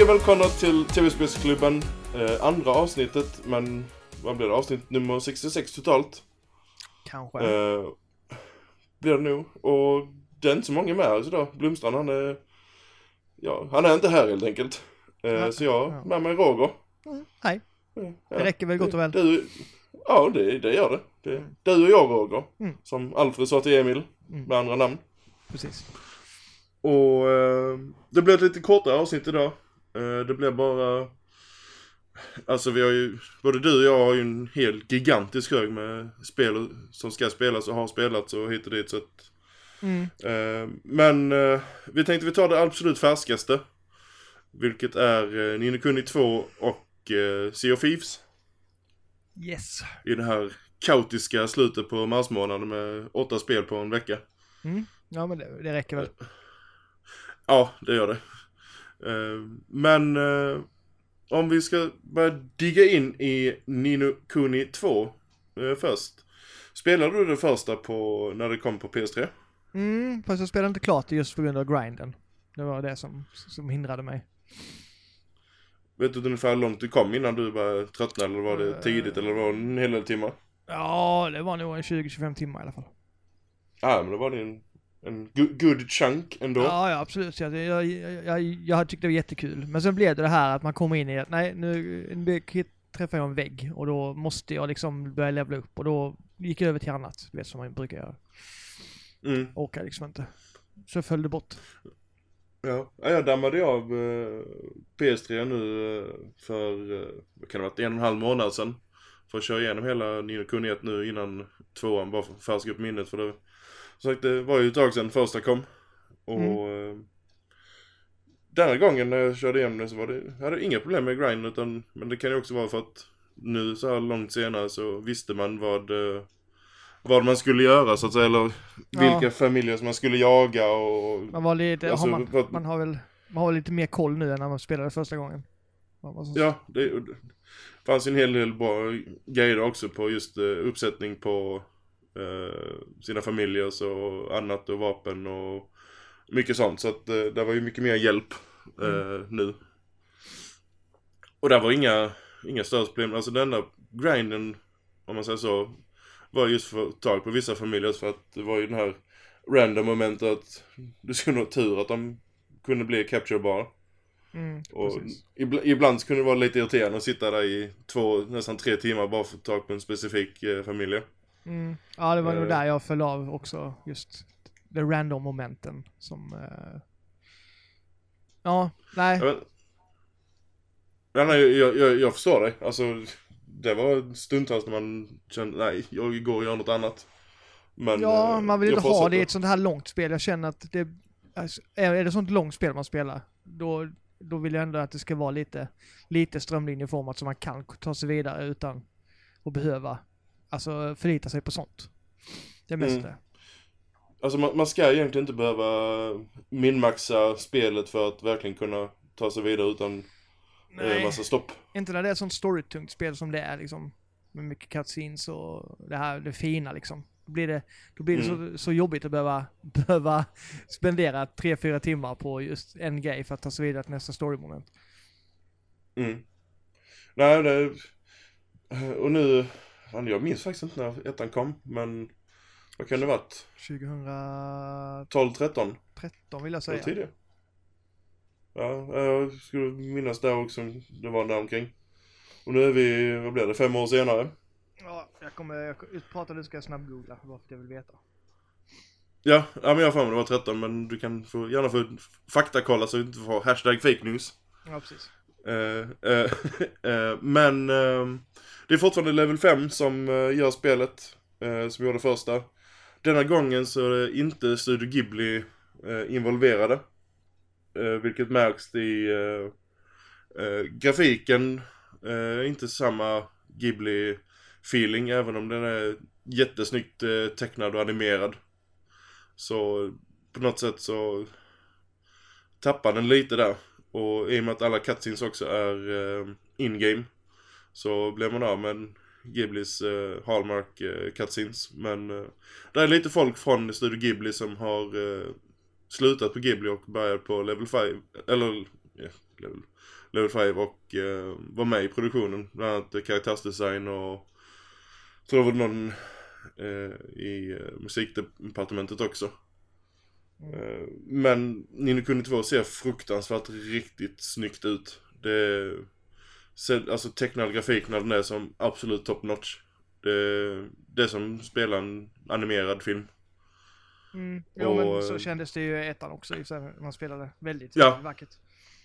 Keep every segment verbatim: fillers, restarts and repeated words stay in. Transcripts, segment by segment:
och välkomna till T V-spelsklubben, eh, andra avsnittet, men vad blir det? Avsnitt nummer sextiosex totalt. Kanske. Eh, blir det nog. Och det är inte så många med här idag. Blomstrand, han är, ja, han är inte här helt enkelt. Eh, Ja, så jag ja. med mig Roger. Mm, hej. Ja, Det räcker väl gott och väl. Du, ja, det, det gör det. det Mm. Du och jag, Roger. Mm. Som Alfred sa till Emil, Mm. med andra namn. Precis. Och eh, det blir ett lite kortare avsnitt idag. Eh, det blir bara... Alltså vi har ju... Både du och jag har ju en helt gigantisk hög med spel som ska spelas och har spelats och hit och dit. Så att, Mm. eh, men eh, vi tänkte vi tar det absolut färskaste. Vilket är eh, Ni no Kuni två och eh, Sea of Thieves. Yes. I det här kaotiska slutet på marsmånaden med åtta spel på en vecka. Mm. Ja, men det, det räcker väl. Ja, det gör det. Uh, men uh, om vi ska börja digga in i Ni no Kuni två uh, först. Spelade du det första på när det kom på P S tre? Mm, fast jag spelade inte klart det just på grund av grinden. Det var det som, som hindrade mig. Vet du ungefär hur långt du kom innan du bara tröttnade, eller var det tidigt, eller var det en hel del timmar? Ja, det var nog en tjugo till tjugofem timmar i alla fall. Ja, men det var det en, en good, good chunk ändå. Ja, ja, absolut. Jag, jag, jag, jag, jag tyckte det var jättekul. Men sen blev det det här att man kommer in i att nej, nu, nu träffar jag en vägg och då måste jag liksom börja levla upp och då gick jag över till annat, du vet, som man brukar göra. Mm. Orkar liksom inte. Så jag följde bort. Ja, jag dammade av eh, P S tre nu eh, för, eh, vad kan det ha varit, en och en halv månad sedan. För att köra igenom hela Ni no Kuni ett nu innan tvåan, bara för att färska upp minnet. För det, som sagt, det var ju ett tag sedan första kom. Och mm. eh, denna gången när jag körde igenom det så var det, jag hade inga problem med grind, utan, men det kan ju också vara för att nu så här långt senare så visste man vad... Eh, vad man skulle göra så att säga, eller vilka ja. familjer som man skulle jaga och... Man var lite, alltså, har man, vad, man har väl man har lite mer koll nu än när man spelade första gången. Ja, det, det fanns en hel del bra grejer också på just uh, uppsättning på uh, sina familjer och annat och vapen och mycket sånt. Så att uh, det var ju mycket mer hjälp uh, mm. nu. Och det var inga, inga större problem. Alltså den där grinden, om man säger så, var just för tag på vissa familjer, för att det var ju den här random momentet att du skulle ha tur att de kunde bli capturebara. Mm, och ibland, ibland så kunde det vara lite irriterande att sitta där i två, nästan tre timmar bara för att ta på en specifik eh, familj. Mm. Ja, det var uh, nog där jag föll av också, just the random momenten som uh... ja, nej. Ja, men... ja, nej, jag, jag, jag förstår dig. Alltså det var stundtals när man kände, nej, jag går och gör något annat. Men, ja, man vill inte ha fortsätter. det i ett sånt här långt spel. Jag känner att det, alltså, är det sånt långt spel man spelar, då, då vill jag ändå att det ska vara lite, lite strömlinjeformat så man kan ta sig vidare utan att behöva alltså, förlita sig på sånt. Det mesta. Mm. Alltså man, man ska egentligen inte behöva minmaxa spelet för att verkligen kunna ta sig vidare utan Nej, massa stopp. Inte när det är ett sånt storytungt spel som det är liksom, med mycket cutscenes och det här, det fina liksom. Då blir det, då blir det mm. så, så jobbigt att behöva, behöva spendera tre, fyra timmar på just en grej för att ta sig vidare till nästa storymoment. Mm. Nej, det... Och nu... Jag minns faktiskt inte när ettan kom, men... Vad kan det varit? tjugohundratolv tretton tretton vill jag säga. Tidigare. Ja, jag skulle minnas där också, det var där omkring. Och nu är vi, vad blir det, fem år senare? Ja, jag kommer, jag pratar du ska jag snabbgoogla, bara för att jag vill veta. Ja, ja men jag får det var tretton, men du kan få, gärna få faktakolla så du inte får hashtag fake news. Ja, precis. Uh, uh, uh, men uh, det är fortfarande level fem som uh, gör spelet, uh, som gjorde första. Denna gången så är det inte Studio Ghibli uh, involverade. Uh, vilket märks i uh, uh, grafiken. Uh, inte samma Ghibli-feeling, även om den är jättesnyggt uh, tecknad och animerad. Så på något sätt så tappar den lite där. Och i och med att alla cutscenes också är uh, in-game så blir man av med Ghiblis uh, Hallmark uh, cutscenes. Men uh, det är lite folk från Studio Ghibli som har uh, slutat på Ghibli och börjat på level fem, eller ja, level, level fem och uh, var med i produktionen. Bland annat uh, karaktärsdesign och tror det var någon uh, i uh, musikdepartementet också. Mm. Uh, men Ni no Kuni två ser fruktansvärt riktigt snyggt ut. Det ser, alltså tecknad grafik när den är som absolut top notch. Det, det är som spelar en animerad film. Mm. Jo, och, men så kändes det ju ettan också i sig, man spelade väldigt, ja. väldigt vackert.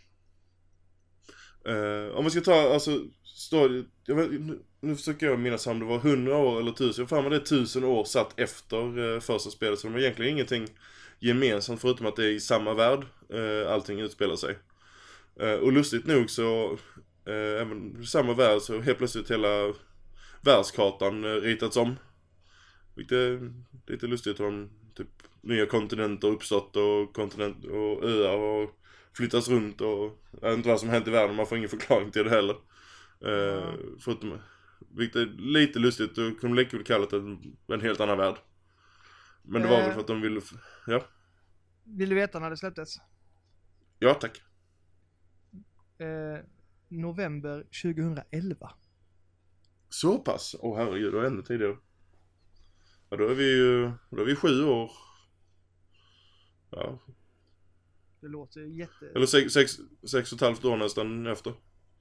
Uh, om man ska ta, alltså, story, jag vet, nu, nu försöker jag minnas om det var hundra år eller tusen, jag fan men det är tusen år satt efter uh, första spelet, så det var egentligen ingenting gemensamt förutom att det är i samma värld uh, allting utspelar sig. Uh, och lustigt nog så, uh, även i samma värld så helt plötsligt hela världskartan uh, ritats om. Vilket är lite lustigt om typ nya kontinenter uppstått och kontinent och öar och flyttas runt och jag vet inte vad som hänt i världen, man får ingen förklaring till det heller. Mm. Uh, förutom, vilket är lite lustigt och kunde lika väl kalla det en, en helt annan värld. Men det var uh, väl för att de ville, ja. Vill du veta när det släpptes? Ja, tack. Uh, november tjugohundraelva. Så pass? Åh oh, herregud, då är ännu tidigare. Ja, då är vi ju, då är vi sju år. Ja. Det låter jätte... Eller sex, sex, sex och ett halvt år nästan efter.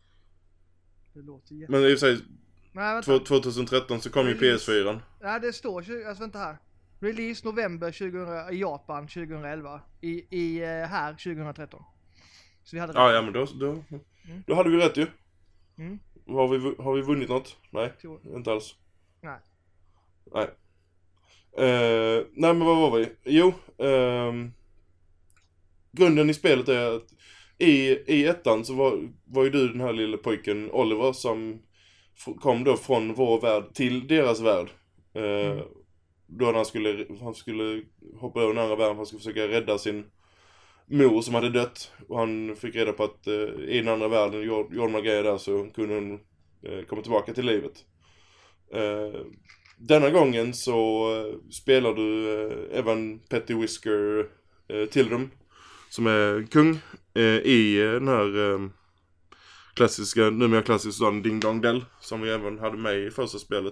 Det låter jätte... Men i och för sig, Nej, tjugohundratretton så kom Release. ju P S fyra. Nej, det står, alltså vänta här. Release november tjugohundra i Japan tjugohundraelva. I, i här tjugohundratretton. Så vi hade rätt. Ja, ja men då, då, mm. då hade vi rätt ju. Mm. Har, vi, har vi vunnit något? Nej, Tror... inte alls. Nej. Nej. Uh, nej men vad var vi? Jo, um, grunden i spelet är att i, i ettan så var, var ju du den här lilla pojken Oliver som f- kom då från vår värld till deras värld. Uh, mm. Då han skulle, han skulle hoppa över den andra världen, han skulle försöka rädda sin mor som hade dött. Och han fick reda på att uh, i den andra världen gjorde gjord man grejer där så kunde hon uh, komma tillbaka till livet. Uh, Denna gången så uh, spelar du uh, Evan Petty Whisker uh, Tildrum, som är kung uh, i uh, den här uh, klassiska, numera klassiska staden Ding Dong Dell, som vi även hade med i första spelet.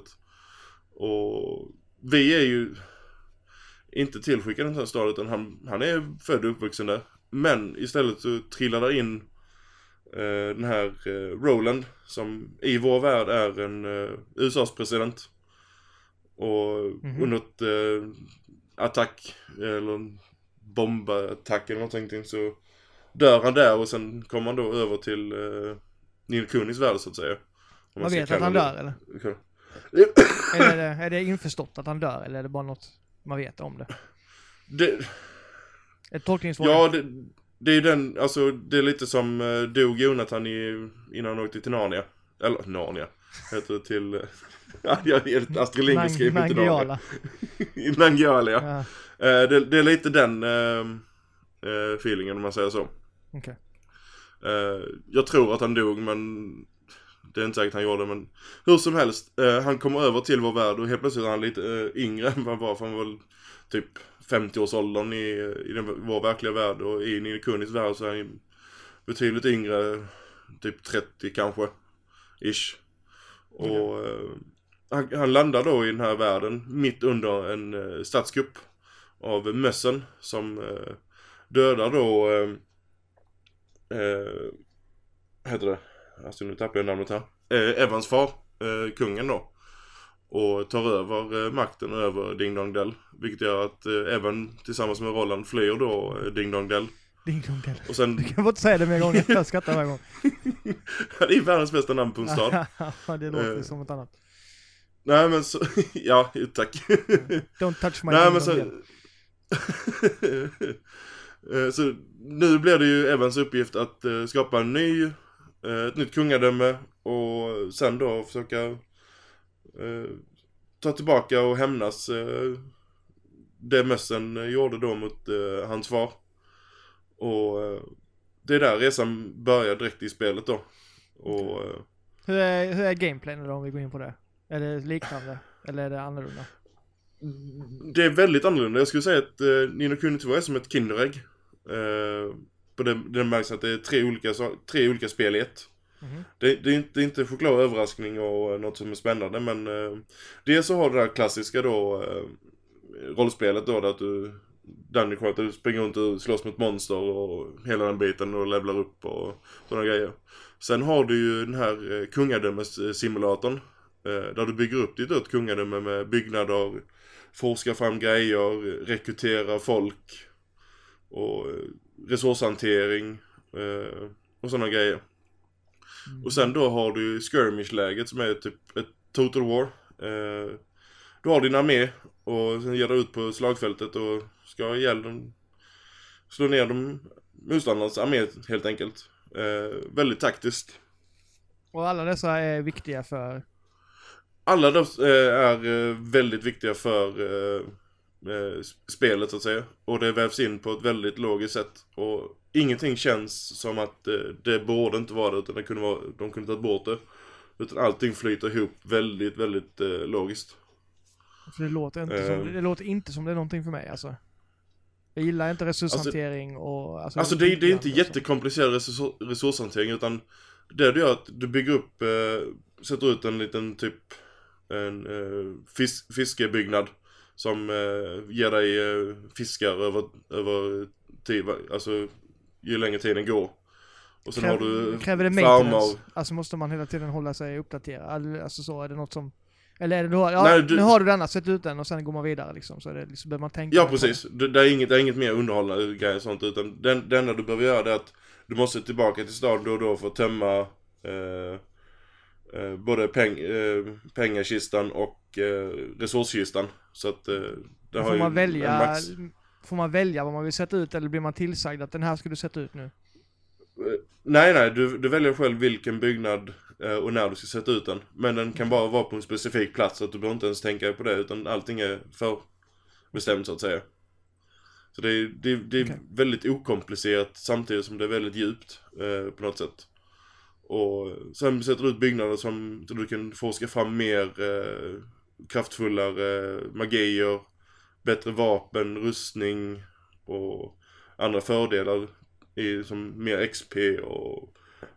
Och vi är ju inte tillskickade den här staden, utan han, han är född och uppvuxen där. Men istället så trillar där in uh, den här uh, Roland, som i vår värld är en uh, U S A:s president. Och mm-hmm. under ett eh, attack eller en bombattack eller någonting så dör han där och sen kommer han då över till eh, Ni no Kunis värld så att säga. Man, man vet att han dör eller? är, det, är det införstått att han dör eller är det bara något man vet om det? det Ett tolkningsfråga. Ja, det, det är den, alltså det är lite som uh, dog Jonathan i, innan han åkte till Narnia. Eller Narnia heter det till... Ja, jag är helt Astrid Lindgren skriver inte Nangijala. Nangijala, ja. ja. Uh, det, det är lite den uh, uh, feelingen om man säger så. Okay. Uh, jag tror att han dog, men det är inte säkert han gjorde det, men hur som helst, uh, han kommer över till vår värld och helt plötsligt är han lite uh, yngre än vad han var, för han var typ femtio-årsåldern i, i den, vår verkliga värld, och i Ni no Kunis värld så är han betydligt yngre, typ trettio kanske, ish. Och uh, han, han landar då i den här världen mitt under en uh, statskupp av mössen som uh, dödar då uh, uh, heter det, alltså nu tappar jag namnet här, uh, Evans far, uh, kungen då, och tar över uh, makten över Ding Dong Dell, vilket gör att uh, Evan tillsammans med Roland flyr då uh, Ding Dong Dell. Ding Dong Dell. Och sen... Du kan bara inte säga det mer gånger, jag skrattar varje gång. Det är världens bästa namn på en stad. Det låter uh, som ett annat. Nej men så, ja, tack. Don't touch my Nej men så, så nu blir det ju Evans uppgift att uh, skapa en ny, uh, ett nytt kungadöme och sen då försöka uh, ta tillbaka och hämnas uh, det mössen uh, gjorde då mot uh, hans far. Och uh, det är där resan börjar direkt i spelet då. Och, uh, hur, är, hur är gameplayen då om vi går in på det? Är det liknande eller är det annorlunda? Det är väldigt annorlunda. Jag skulle säga att uh, Ni no Kuni två är som ett kinderägg. Uh, På den, den märks att det är tre olika, tre olika spel i ett. Mhm. Det, det, är inte, det är inte choklad och överraskning och något som är spännande, men eh, dels så har det där klassiska då eh, rollspelet då, där att du Dungeon Crawl, att du springer runt och slåss mot monster och hela den biten och levlar upp och sådana grejer. Sen har du ju den här eh, kungadömes-simulatorn eh, där du bygger upp ditt ett kungadöme med byggnader, forskar fram grejer, rekryterar folk och eh, resurshantering eh, och sådana grejer. Mm. Och sen då har du skirmish-läget som är typ ett total war. Eh, du har din armé och sen ger du ut på slagfältet och ska ihjäl dem, slå ner dem motståndarnas armé helt enkelt. Eh, väldigt taktiskt. Och alla dessa är viktiga för... Alla de eh, är eh, väldigt viktiga för eh, eh, spelet så att säga. Och det vävs in på ett väldigt logiskt sätt. Och ingenting känns som att eh, det borde inte vara det, utan det kunde vara, de kunde ta bort det. Utan allting flyter ihop väldigt, väldigt eh, logiskt. För det låter inte, Eh. som, det låter inte som det är någonting för mig alltså. Jag gillar inte resurshantering och... Alltså, Alltså det, det är inte byggande och jättekomplicerad resurs, resurshantering, utan det du gör att du bygger upp, eh, sätter ut en liten typ en eh, fis, fiskebyggnad som eh, ger dig eh, fiskar över, över tid, alltså ju längre tiden går. Och sen Kräv, har du kräver det farmar. maintenance? Alltså måste man hela tiden hålla sig uppdaterad? Alltså så, är det något som... Eller är det då, ja, Nej, du- nu har du denna, sätt ut den och sen går man vidare liksom. Så är det liksom, behöver man tänka... Ja, på- precis. Det, det, är inget, det är inget mer underhållande grejer och sånt, utan den, det enda du behöver göra är att du måste tillbaka till staden då och då för att tömma eh, eh, både peng, eh, pengakistan och eh, resurskistan. Så att eh, det har Får ju man, en välja, max. får man välja vad man vill sätta ut, eller blir man tillsagd att den här ska du sätta ut nu? Eh, Nej, nej, du, du väljer själv vilken byggnad eh, och när du ska sätta ut den. Men den kan bara vara på en specifik plats, så att du behöver inte ens tänka på det, utan allting är förbestämt så att säga. Så det är, det, det är Okej. väldigt okomplicerat samtidigt som det är väldigt djupt eh, på något sätt. Och sen sätter du ut byggnader som så du kan forska fram mer eh, kraftfullare magier, bättre vapen, rustning och andra fördelar i som mer X P och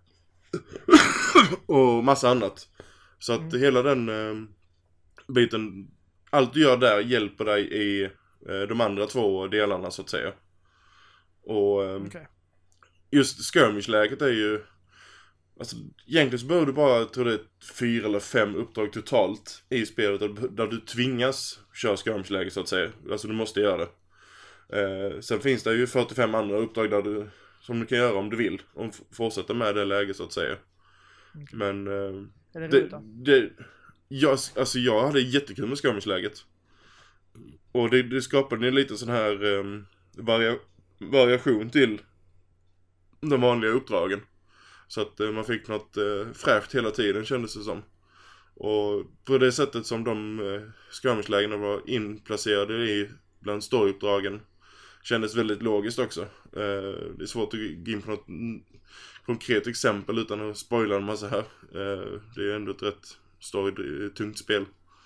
och massa annat. Så att Mm. hela den eh, biten, allt du gör där hjälper dig i eh, de andra två delarna så att säga. Och eh, Okej. just skirmish-läget är ju, alltså egentligen så behöver du bara, jag tror det är fyra eller fem uppdrag totalt i spelet där, där du tvingas köra skirmish-läget så att säga. Alltså du måste göra det. Eh, sen finns det ju fyrtiofem andra uppdrag där du, som du kan göra om du vill, om fortsätta med det läget så att säga. Okej. Men eh, Är det det, roligt då? det jag, alltså jag hade jättekul med skirmish-läget. Och det, det skapade en liten sån här um, varia, variation till de vanliga uppdragen. Så att uh, man fick något uh, fräscht hela tiden, kändes det som. Och på det sättet som de uh, skirmish-lägena var inplacerade i bland storyuppdragen kändes väldigt logiskt också. Uh, det är svårt att gå in på något mm, konkret exempel utan att spoila en massa här. Uh, det är ändå ett rätt story, tungt spel.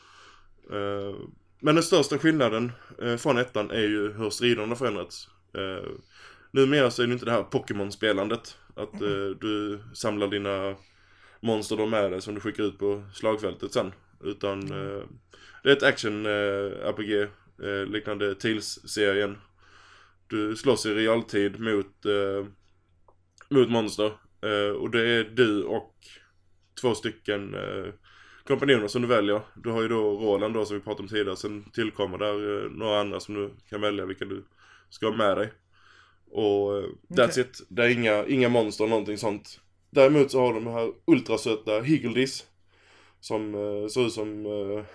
Uh, men den största skillnaden uh, från ettan är ju hur striderna förändrats. Uh, numera så är det inte det här Pokémon-spelandet. Att uh, du samlar dina monster då med dig som du skickar ut på slagfältet sen. Utan uh, det är ett action-R P G uh, liknande Tales-serien. Du slåss i realtid mot, uh, mot monster. Uh, och det är du och två stycken uh, kompanjoner som du väljer. Du har ju då Roland då som vi pratade om tidigare. Sen tillkommer där uh, några andra som du kan välja vilka du ska ha med dig. Och uh, that's Okej. it. Det är inga, inga monster eller någonting sånt. Däremot så har de här ultrasöta Higgledies. Som uh, ser ut som uh,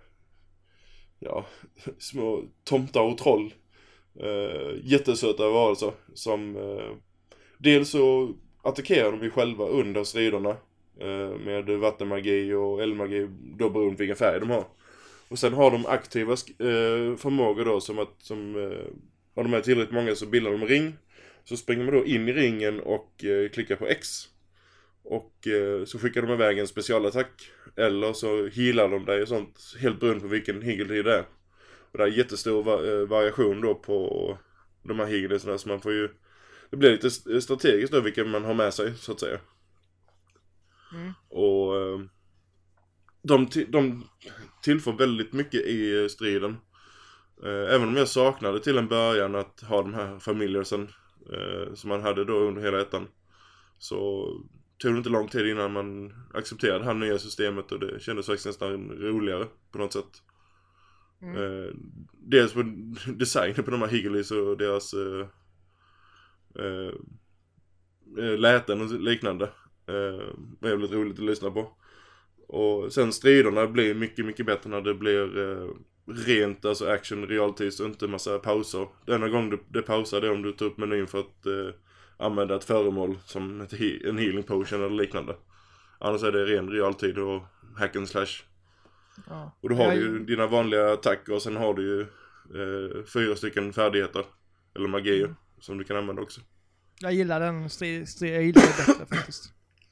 ja, små tomtar och troll. Uh, jättesöta varelser. Som uh, dels så attackerar de ju själva under striderna. Uh, med vattenmagi och eldmagi. Då beroende på vilken färg de har. Och sen har de aktiva uh, förmågor då. Som att som, uh, har de är tillräckligt många så bildar de en ring. Så springer man då in i ringen och uh, klickar på X. Och uh, så skickar de iväg en specialattack. Eller så healar de dig och sånt. Helt beroende på vilken Higgledy det är. Och det är jättestor va- uh, variation då på de här Higglediesarna. Så man får ju det blir lite strategiskt då vilken man har med sig, så att säga. Mm. Och eh, de, t- de tillför väldigt mycket i striden. Eh, även om jag saknade till en början att ha de här familjersen eh, som man hade då under hela ettan, så tog det inte lång tid innan man accepterade det här nya systemet, och det kändes faktiskt nästan roligare på något sätt. Mm. Eh, dels på designen på de här Higglies och deras eh, eh, läten och liknande. Eh, det är väldigt roligt att lyssna på. Och sen striderna blir mycket, mycket bättre när det blir eh, rent, alltså action realtids och inte massa pauser. Denna gång det, det pausar det om du tar upp menyn för att eh, använda ett föremål som ett he- en healing potion eller liknande. Annars är det ren realtid och hack and slash. Ja. Och då har jag... du ju dina vanliga attacker, och sen har du ju eh, fyra stycken färdigheter eller magier mm. som du kan använda också. Jag gillar den strid, strid, jag gillar det bättre faktiskt.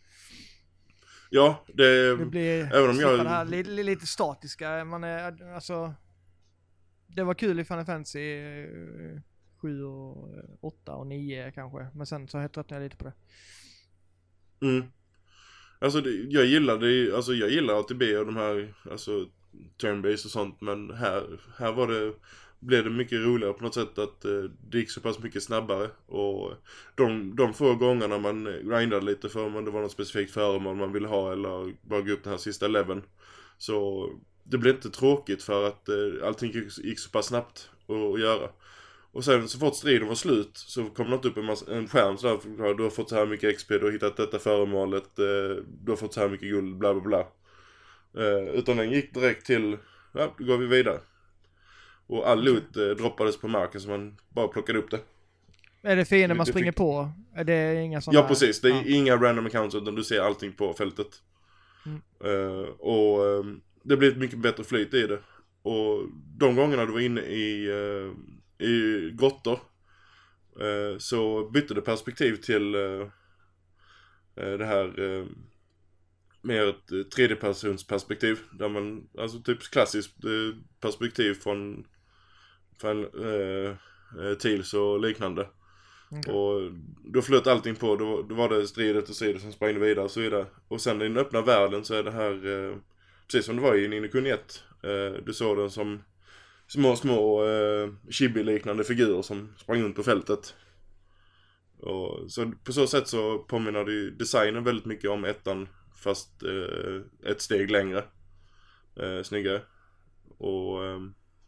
Ja, det, det blir även om jag det här lite, lite statiska, man är alltså det var kul i Final Fantasy sju och åtta och nio kanske, men sen så tröttnade jag lite på det. Mm. Alltså det, jag gillar det, alltså jag gillar A T B och de här alltså turn-based och sånt, men här här var det blev det mycket roligare på något sätt att eh, det gick så pass mycket snabbare, och de, de få gångerna man grindade lite för om det var något specifikt föremål man ville ha eller bara gå upp den här sista leveln, så det blev inte tråkigt för att eh, allting gick, gick så pass snabbt att, att göra. Och sen så fort striden var slut så kom det upp en, massa, en skärm så där, du har fått så här mycket X P, du har hittat detta föremålet, eh, du har fått så här mycket guld, bla bla bla. Eh, utan den gick direkt till, ja, då går vi vidare. Och all loot eh, droppades på marken så man bara plockade upp det. Är det fiender man springer fick... på? Är det inga sådana? Ja, precis. Det är ja. inga random accounts, utan du ser allting på fältet. Mm. Uh, och uh, det blir ett mycket bättre flyt i det. Och de gångerna du var inne i, uh, i grottor uh, så bytte det perspektiv till uh, uh, det här uh, mer ett tredjepersons perspektiv. Där man, alltså typ klassiskt uh, perspektiv från från uh, Tils och liknande. Okay. Och då flöt allting på, då, då var det stridet och sidor som sprang vidare och så vidare. Och sen i den öppna världen så är det här eh, precis som det var i Ni no Kuni ett. Eh, du såg den som små, små eh, chibi-liknande figurer som sprang runt på fältet. Och så på så sätt så påminner det designen väldigt mycket om ettan, fast eh, ett steg längre. Eh, snyggare. Och eh,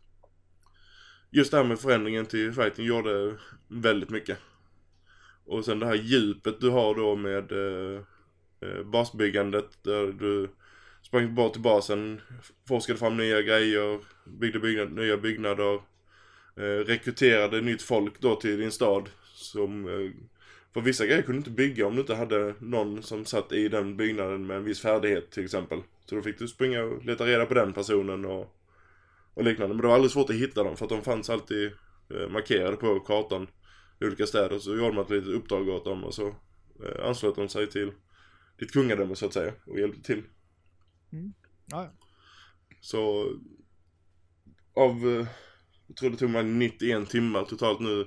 just det här med förändringen till fighting gjorde väldigt mycket. Och sen det här djupet du har då med eh, basbyggandet, där du sprang bort till basen, forskade fram nya grejer, byggde byggnad, nya byggnader, eh, rekryterade nytt folk då till din stad. Som, eh, för vissa grejer kunde du inte bygga om du inte hade någon som satt i den byggnaden med en viss färdighet till exempel. Så då fick du springa och leta reda på den personen och och liknande. Men det var alldeles svårt att hitta dem för att de fanns alltid eh, markerade på kartan i olika städer. Så gjorde man ett litet uppdrag åt dem och så eh, anslöt de sig till ditt kungadöme så att säga och hjälpte till. Mm. Ja, ja. Så av, eh, jag tror det tog mig nittioen timmar totalt nu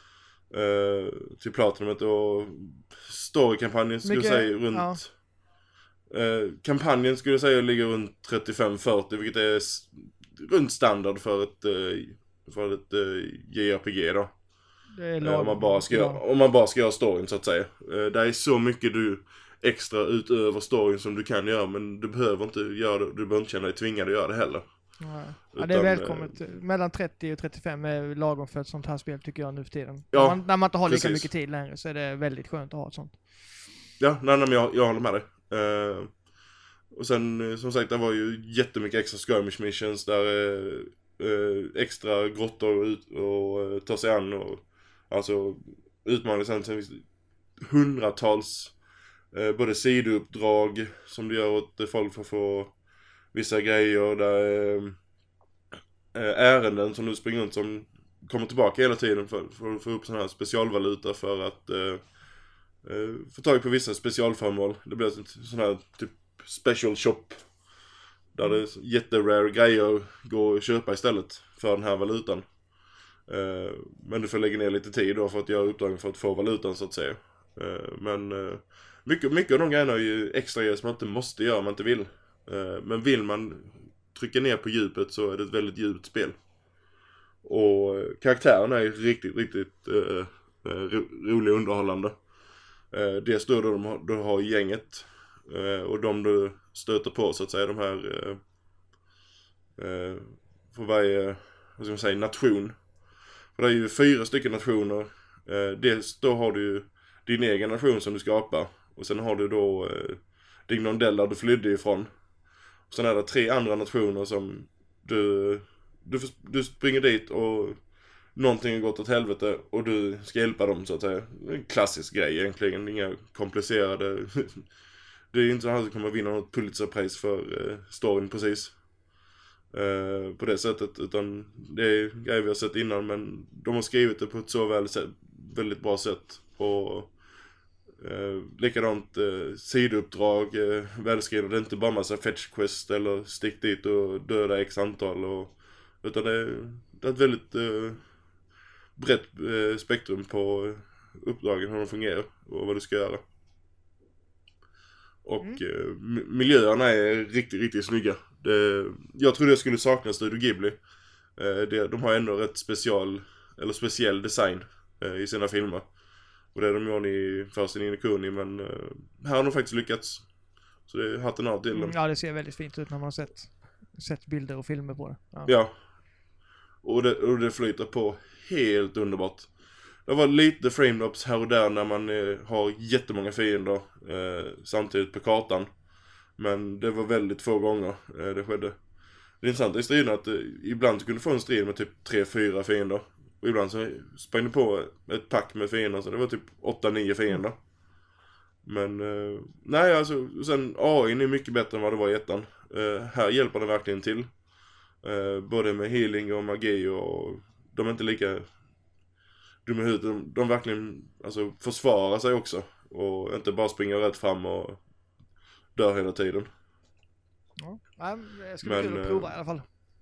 eh, till platinumet, och storykampanjen skulle jag säga runt ja. eh, kampanjen skulle jag säga ligger runt trettiofem fyrtio, vilket är s- runt standard för ett för ett J R P G då. Det är lagom, om man bara ska göra, om man bara ska göra storyn så att säga. Det är så mycket du extra utöver storyn som du kan göra, men du behöver inte göra det, du behöver inte känna dig tvingad att göra det heller. Ja, ja det är välkommet. Äh, mellan trettio och trettiofem är lagom för ett sånt här spel tycker jag nu för tiden. Ja, när, man, när man inte har lika precis. mycket tid längre så är det väldigt skönt att ha ett sånt. Ja, nej, nej men jag, jag håller med dig. Uh, Och sen, som sagt, det var ju jättemycket extra skirmish missions där eh, extra grottor ut och eh, ta sig an och alltså utmaningar. Sen, sen hundratals eh, både sidouppdrag som du gör åt folk för att få vissa grejer där eh, ärenden som du springer runt som kommer tillbaka hela tiden för, för att få upp sådana här specialvaluta för att eh, eh, få tag på vissa specialföremål. Det blir sån här typ special shop där det är jätterare grejer går att köpa istället för den här valutan. Uh, men du får lägga ner lite tid då för att göra uppdragen för att få valutan så att säga. Uh, men uh, mycket, mycket av de grejerna är ju extra grejer som man inte måste göra om man inte vill. Uh, men vill man trycka ner på djupet så är det ett väldigt djupt spel. Och uh, karaktärerna är riktigt, riktigt uh, uh, ro- roliga och underhållande. Uh, det står då de har, du har i gänget. Uh, och de du stöter på så att säga, de här uh, uh, för varje, vad ska man säga, nation. För det är ju fyra stycken nationer. Uh, dels då har du ju din egen nation som du skapar. Och sen har du då uh, Dignondel där du flydde ifrån. Och sen är det tre andra nationer som du, du, du springer dit och någonting har gått åt helvete och du ska hjälpa dem så att säga. En klassisk grej egentligen, inga komplicerade. Det är inte så att du kommer vinna något Pulitzerpris för uh, storyn precis. Uh, på det sättet, utan det är grejer vi har sett innan, men de har skrivit det på ett så väl sätt, väldigt bra sätt. Och uh, likadant uh, sidouppdrag, uh, välskrivna. Det är inte bara massa fetch quest eller stick dit och döda x antal och, utan det är, det är ett väldigt uh, brett uh, spektrum på uppdragen, hur de fungerar och vad du ska göra. Och mm. uh, miljöerna är riktigt, riktigt snygga. Det, jag trodde jag skulle sakna Studio Ghibli. uh, det, De har ändå rätt special eller speciell design uh, i sina filmer. Och det är de gjorde i först i Ni no Kuni, men uh, här har de faktiskt lyckats. Så det är hatten av till dem. Mm, ja, det ser väldigt fint ut när man har sett, sett bilder och filmer på det. Ja, ja. Och, det, och det flyter på helt underbart. Det var lite frame-drops här och där när man eh, har jättemånga fiender eh, samtidigt på kartan. Men det var väldigt få gånger eh, det skedde. Det är intressant i striden att eh, ibland kunde du få en strid med typ tre fyra fiender. Och ibland så sprang du på ett pack med fiender, så det var typ åtta nio fiender. Men eh, nej, alltså sen A I är mycket bättre än vad det var i ettan. Eh, här hjälper det verkligen till. Eh, både med healing och magi, och de är inte lika dumma i huvudet. De, de verkligen alltså, försvarar sig också. Och inte bara springer rätt fram och dör hela tiden. Ja, jag ska men, bli prova i alla fall.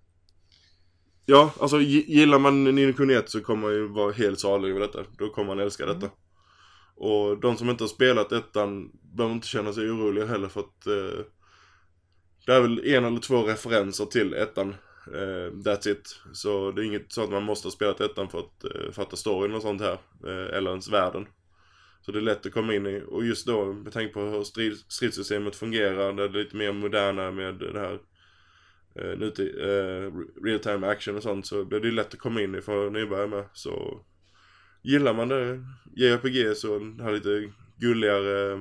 Ja, alltså gillar man Ni no Kuni ett så kommer man ju vara helt salig över detta. Då kommer man älska detta. Mm. Och de som inte har spelat ettan behöver inte känna sig oroliga heller, för att eh, det är väl en eller två referenser till ettan. Uh, that's it. Så det är inget så att man måste ha spelat ettan för att uh, fatta storyn och sånt här, uh, eller ens världen. Så det är lätt att komma in i. Och just då, med tanke på hur strid, stridssystemet fungerar, det är lite mer moderna med det här uh, nuti, uh, real-time action och sånt, så blir det lätt att komma in i för nybörjare med. Så gillar man det J R P G, så det här lite gulligare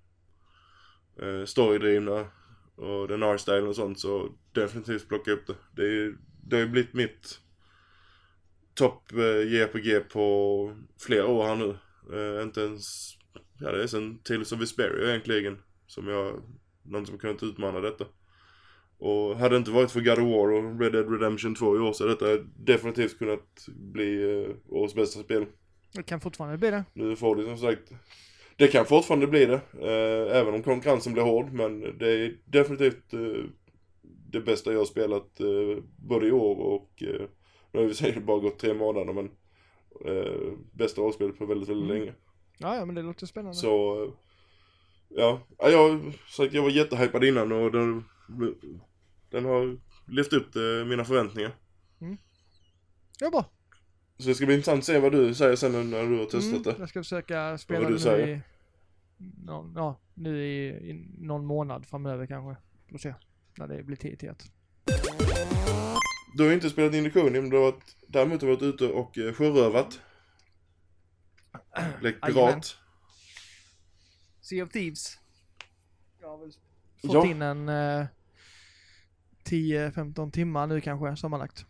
uh, storydrivna och den art-stylen och sånt, så definitivt plocka upp det. Det, är, det har ju blivit mitt topp eh, J R P G på flera år här nu. Eh, inte ens, ja, det är sen Tales of Vesperia egentligen som jag, någon som kunnat utmana detta. Och hade det inte varit för God of War och Red Dead Redemption två i år, så detta definitivt kunnat bli eh, årets bästa spel. Det kan fortfarande bli det. Nu får det som sagt. Det kan fortfarande bli det, eh, även om konkurrensen blir hård, men det är definitivt eh, det bästa jag har spelat eh, både i år och eh, nu har vi säkert bara gått tre månader, men eh, bästa årspelet på väldigt, väldigt mm. länge. Ja, ja, men det låter spännande. Så, eh, ja, jag, sagt, jag var jättehypad innan och den, den har lyft upp eh, mina förväntningar. Mm. Ja, bra. Så det ska bli intressant att se vad du säger sen när du har testat mm, det. Jag ska försöka spela nu säger. i no, ja, nu i, i någon månad framöver kanske. Får se när det blir tid till att. Du har inte spelat Ni no Kuni, men du har varit, däremot har varit ute och eh, sjörövat. Lekt pirat. Sea of Thieves. Jag har väl fått ja. in en eh, tio femton timmar nu kanske sammanlagt.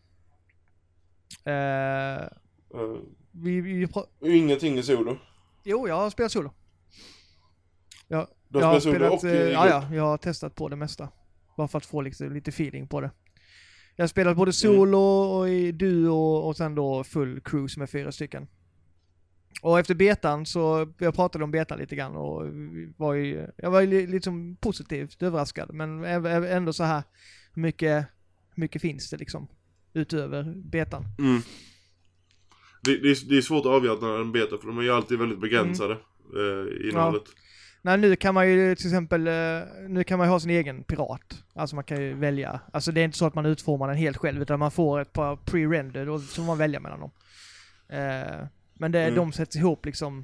Eh, uh, vi, vi pra- ingenting i solo. Jo, jag har spelat solo. Jag, du har jag har spelat, spelat och, eh, ja, ja, jag har testat på det mesta. Bara för att få liksom, lite feeling på det. Jag har spelat både solo mm. och i duo och sen då full cruise med fyra stycken. Och efter betan så, jag pratade om betan lite grann och var ju, jag var ju liksom positivt överraskad. Men ändå så här, mycket, mycket finns det liksom utöver betan. Mm. Det, det, är, det är svårt att avgöra när en beta, för de är ju alltid väldigt begränsade mm. eh, innehållet. Ja. Nej, nu kan man ju till exempel, nu kan man ju ha sin egen pirat. Alltså man kan ju välja. Alltså det är inte så att man utformar den helt själv, utan man får ett par pre-rendered och så får man välja mellan dem. Eh, men det, mm. de sätts ihop liksom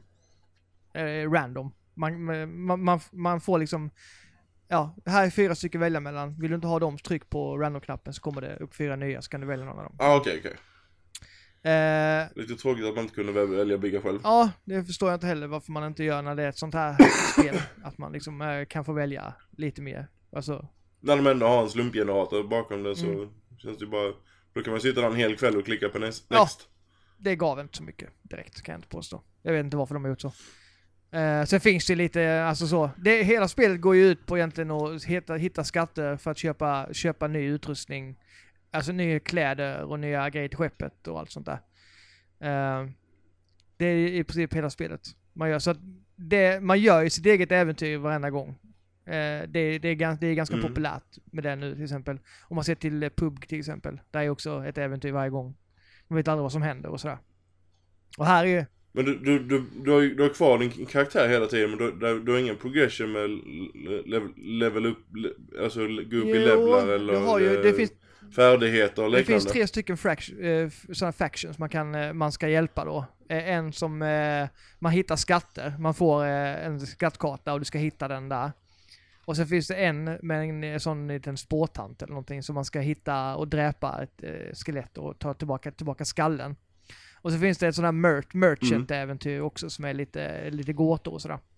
eh, random. Man, man, man, man får liksom, ja, här är fyra stycken välja mellan. Vill du inte ha dem, tryck på random-knappen så kommer det upp fyra nya, så kan du välja någon av dem. Ah, okej, okay, okej. Okay. Eh, Lite tråkigt att man inte kunde välja bygga själv. Ja, det förstår jag inte heller varför man inte gör när det är ett sånt här spel. Att man liksom eh, kan få välja lite mer. Alltså. När de ändå har en slumpgenerator bakom det så mm. känns det bara... Då kan man sitta där en hel kväll och klicka på next. Ja, det gav inte så mycket direkt, kan jag inte påstå. Jag vet inte varför de har gjort så. Eh, sen finns det lite, alltså så. Det, hela spelet går ju ut på egentligen att hitta, hitta skatter för att köpa, köpa ny utrustning. Alltså nya kläder och nya grejer till skeppet och allt sånt där. Uh, det är i princip hela spelet man gör. Så att det, man gör ju sitt eget äventyr varenda gång. Uh, det, det, är ganska, det är ganska mm. populärt med det nu till exempel. Om man ser till uh, P U B G till exempel. Där är också ett äventyr varje gång. Man vet aldrig vad som händer och sådär. Och här är ju... Men du, du, du, du, har, du har kvar din karaktär hela tiden, men du, du, du har ingen progression med level, level upp, alltså gå upp i levlar eller... Du har ju, det finns... färdigheter och liknande. Det finns tre stycken fraction, eh, sådana factions man, kan, eh, man ska hjälpa då. Eh, en som eh, man hittar skatter. Man får eh, en skattkarta och du ska hitta den där. Och sen finns det en med en, en sån liten spårtant eller någonting som man ska hitta och dräpa ett eh, skelett och ta tillbaka, tillbaka skallen. Och så finns det ett sån här mer- merchant-äventyr också som är lite, lite gåtor och sådär.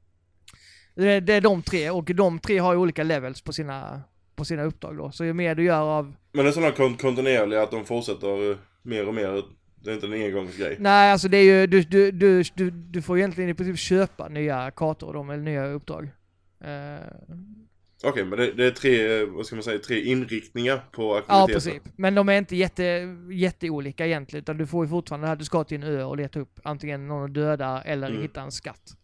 Det, det är de tre, och de tre har ju olika levels på sina... på sina uppdrag då. Så ju mer du gör av... Men det är sådana kont- kontinuerliga att de fortsätter uh, mer och mer. Det är inte en engångsgrej. Nej, alltså det är ju... Du, du, du, du, du får egentligen i princip köpa nya kartor och de, eller nya uppdrag. Uh... Okej, okay, men det, det är tre, vad ska man säga, tre inriktningar på Ja, aktiviteter. precis. Men de är inte jätte, jätteolika egentligen. Utan du får ju fortfarande det här, du ska till en ö och leta upp antingen någon döda eller mm. hitta en skatt.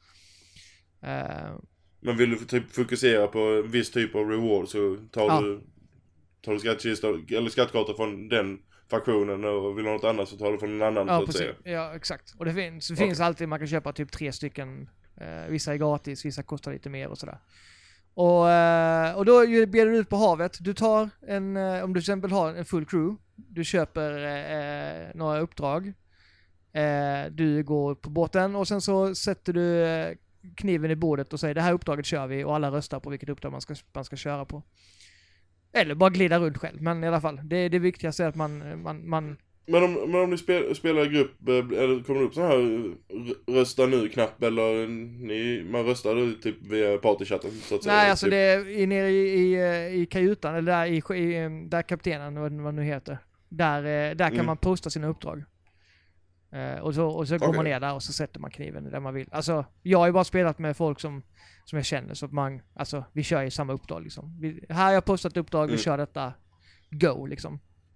Uh... Men vill du typ fokusera på en viss typ av reward så tar ja. du tar du skattkistor eller skattkartor från den faktionen, och vill du ha något annat så tar du från en annan, ja, så att precis. säga. Ja, exakt. Och det finns, det okay. finns alltid, man kan köpa typ tre stycken, eh, vissa är gratis, vissa kostar lite mer och sådär. Och, eh, och då ber du ut på havet. Du tar en, eh, om du till exempel har en full crew, du köper eh, några uppdrag. Eh, du går på båten och sen så sätter du eh, kniven i bordet och säger det här uppdraget kör vi, och alla röstar på vilket uppdrag man ska, man ska köra på. Eller bara glida runt själv, men i alla fall. Det, det viktigaste är att man... man, man... Men, om, men om ni spel, spelar i grupp, eller kommer det upp så här rösta nu-knapp, eller ni, man röstar typ via partychatten, så att säga? Nej, alltså typ. det är nere i, i, i kajutan, eller där, i, i, där kaptenen, vad, vad nu heter. Där, där kan mm. man posta sina uppdrag. Uh, och så, och så går okay. man ner där och så sätter man kniven där man vill. Alltså, jag har ju bara spelat med folk som, som jag känner, så att man, alltså, vi kör ju samma uppdrag liksom. Vi, här har jag postat uppdrag, mm. vi kör detta, go liksom.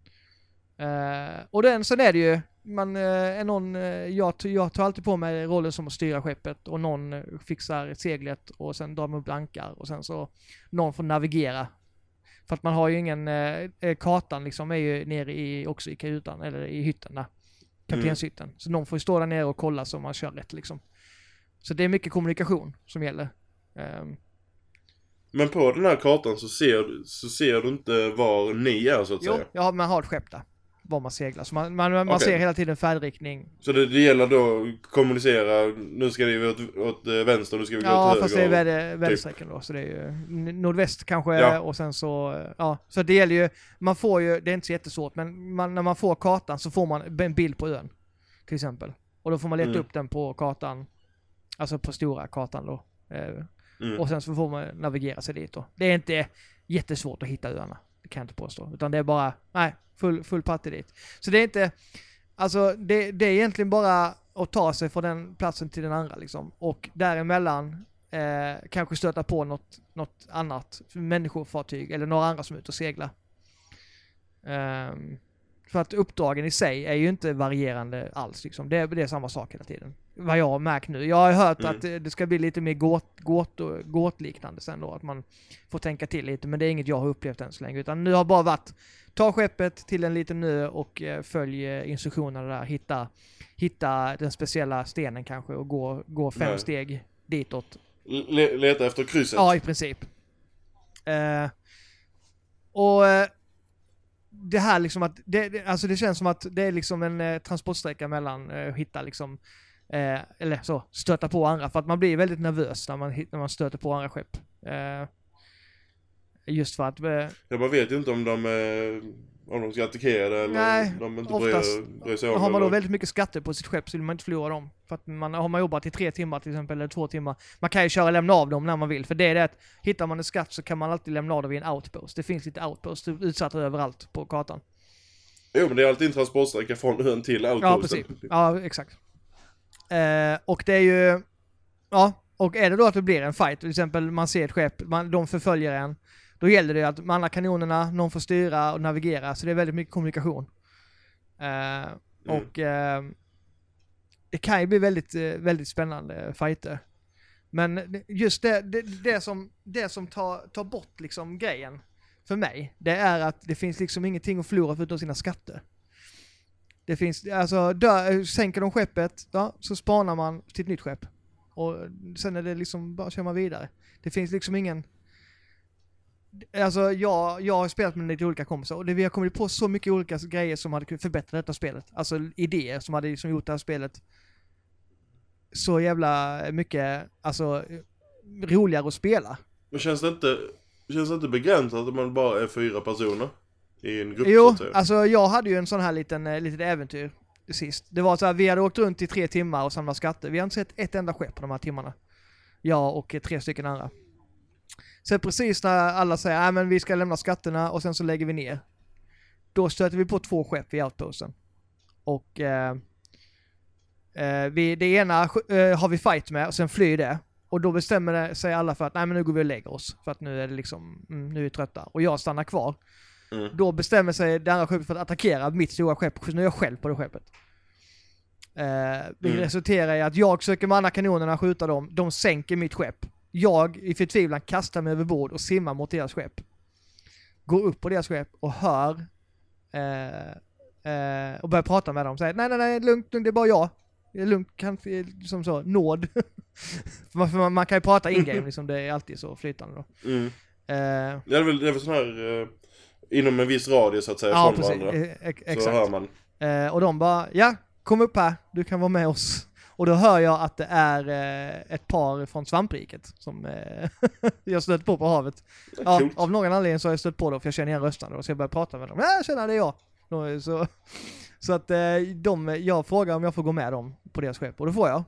Uh, och den, sen är det ju, man uh, är någon, uh, jag, jag tar alltid på mig rollen som att styra skeppet, och någon uh, fixar seglet och sen drar man upp ankar, och sen så någon får navigera. För att man har ju ingen, uh, kartan liksom är ju nere i, också i kajutan, eller i hytten där. Kaptenshytten. Mm. Så någon får stå där nere och kolla så man kör rätt liksom. Så det är mycket kommunikation som gäller. Um. Men på den här kartan så ser, så ser du inte var ni är, så att jo, säga? Ja, man har ett skepp där. Var man seglar. Så man, man, man okay. ser hela tiden färdriktning. Så det, det gäller då att kommunicera, nu ska vi åt, åt vänster, nu ska vi gå ja, åt höger. Ja, fast det är väder, väderstrecken då. Så det är ju nordväst kanske, ja. Och sen så, ja. Så det gäller ju, man får ju, det är inte så jättesvårt, men man, när man får kartan så får man en bild på ön. Till exempel. Och då får man leta mm. upp den på kartan, alltså på stora kartan då. Mm. Och sen så får man navigera sig dit då. Det är inte jättesvårt att hitta öarna. Det kan jag inte påstå. Utan det är bara, nej, full, full party dit. Så det är inte, alltså det, det är egentligen bara att ta sig från den platsen till den andra liksom. Och däremellan eh, kanske stöta på något, något annat människofartyg eller några andra som är ute och seglar. Um, För att uppdragen i sig är ju inte varierande alls. Liksom. Det, är, det är samma sak hela tiden. Vad jag har märkt nu. Jag har hört mm. att det ska bli lite mer gåt, gåt, gåtliknande sen då. Att man får tänka till lite. Men det är inget jag har upplevt än så länge. Utan nu har bara varit ta skeppet till en liten ö och eh, följ instruktionerna där. Hitta, hitta den speciella stenen kanske och gå, gå fem Nej. steg ditåt. Le- leta efter krysset? Ja, i princip. Eh, och eh, det här liksom att det, det, alltså det känns som att det är liksom en eh, transportsträcka mellan eh, hitta liksom eh, eller så stöta på andra, för att man blir väldigt nervös när man när man stöter på andra skepp. Eh, just för att eh, jag bara vet inte om de eh, om de ska attackera det eller nej, om de inte oftast bryr, bryr sig om. Har man då eller... väldigt mycket skatter på sitt skepp så vill man inte förlora dem. För att man har man jobbat i tre timmar till exempel eller två timmar. Man kan ju köra och lämna av dem när man vill. För det är det att hittar man en skatt så kan man alltid lämna av dem vid en outpost. Det finns lite outpost utsatta överallt på kartan. Jo, men det är alltid en transportsträcka från ön till outposten. Ja, precis. Ja, exakt. Eh, och det är ju ja, och är det då att det blir en fight, till exempel man ser ett skepp, man, de förföljer en. Då gäller det att man har kanonerna, någon får styra och navigera. Så det är väldigt mycket kommunikation. Uh, mm. Och uh, det kan ju bli väldigt, väldigt spännande fighter. Men just det, det, det som, det som tar, tar bort liksom grejen för mig, det är att det finns liksom ingenting att förlora förutom sina skatter. Det finns, alltså, dö, sänker de skeppet, ja, så spanar man till ett nytt skepp. Och sen är det liksom bara kör man vidare. Det finns liksom ingen... Alltså jag, jag har spelat med lite olika kompisar och det, vi har kommit på så mycket olika grejer som hade förbättrat detta spelet. Alltså idéer som hade liksom gjort det här spelet så jävla mycket alltså roligare att spela. Men känns det inte, känns det inte begränsat att man bara är fyra personer i en grupp? Jo, alltså jag hade ju en sån här liten, litet äventyr sist. Det var så här, vi hade åkt runt i tre timmar och samlat skatter. Vi har inte sett ett enda skepp på de här timmarna. Jag och tre stycken andra. Så precis när alla säger att men vi ska lämna skatterna och sen så lägger vi ner. Då stöter vi på två skepp i outposten. Och eh, eh, vi, det ena eh, har vi fight med och sen flyr det. Och då bestämmer det, sig alla för att nej men nu går vi och lägger oss. För att nu är det liksom, mm, nu är vi trötta. Och jag stannar kvar. Mm. Då bestämmer sig det andra skeppet för att attackera mitt stora skepp. Så nu är jag själv på det skeppet. Eh, det mm. resulterar i att jag söker med andra kanonerna, skjuta dem. De sänker mitt skepp. Jag i förtvivlan kastar mig över bord och simmar mot deras skepp. Går upp på deras skepp och hör eh, eh, och börjar prata med dem. Säger nej, nej, nej, lugnt, lugnt, det är bara jag. Det är lugnt, kan, som så, nåd. För man, man kan ju prata in-game, liksom, det är alltid så flytande då. Mm. Eh, det är väl, det är väl sån här eh, inom en viss radie så att säga, ja, från precis, varandra. Eh, exakt. Så hör man. Eh, och de bara, ja, kom upp här, du kan vara med oss. Och då hör jag att det är eh, ett par från svampriket som eh, jag stött på på havet. Ja, av någon anledning så har jag stött på dem för jag känner igen rösterna och så jag börjar prata med dem. Ja, jag känner det är jag. Då, så så att eh, de, jag frågar om jag får gå med dem på deras skepp och då får jag.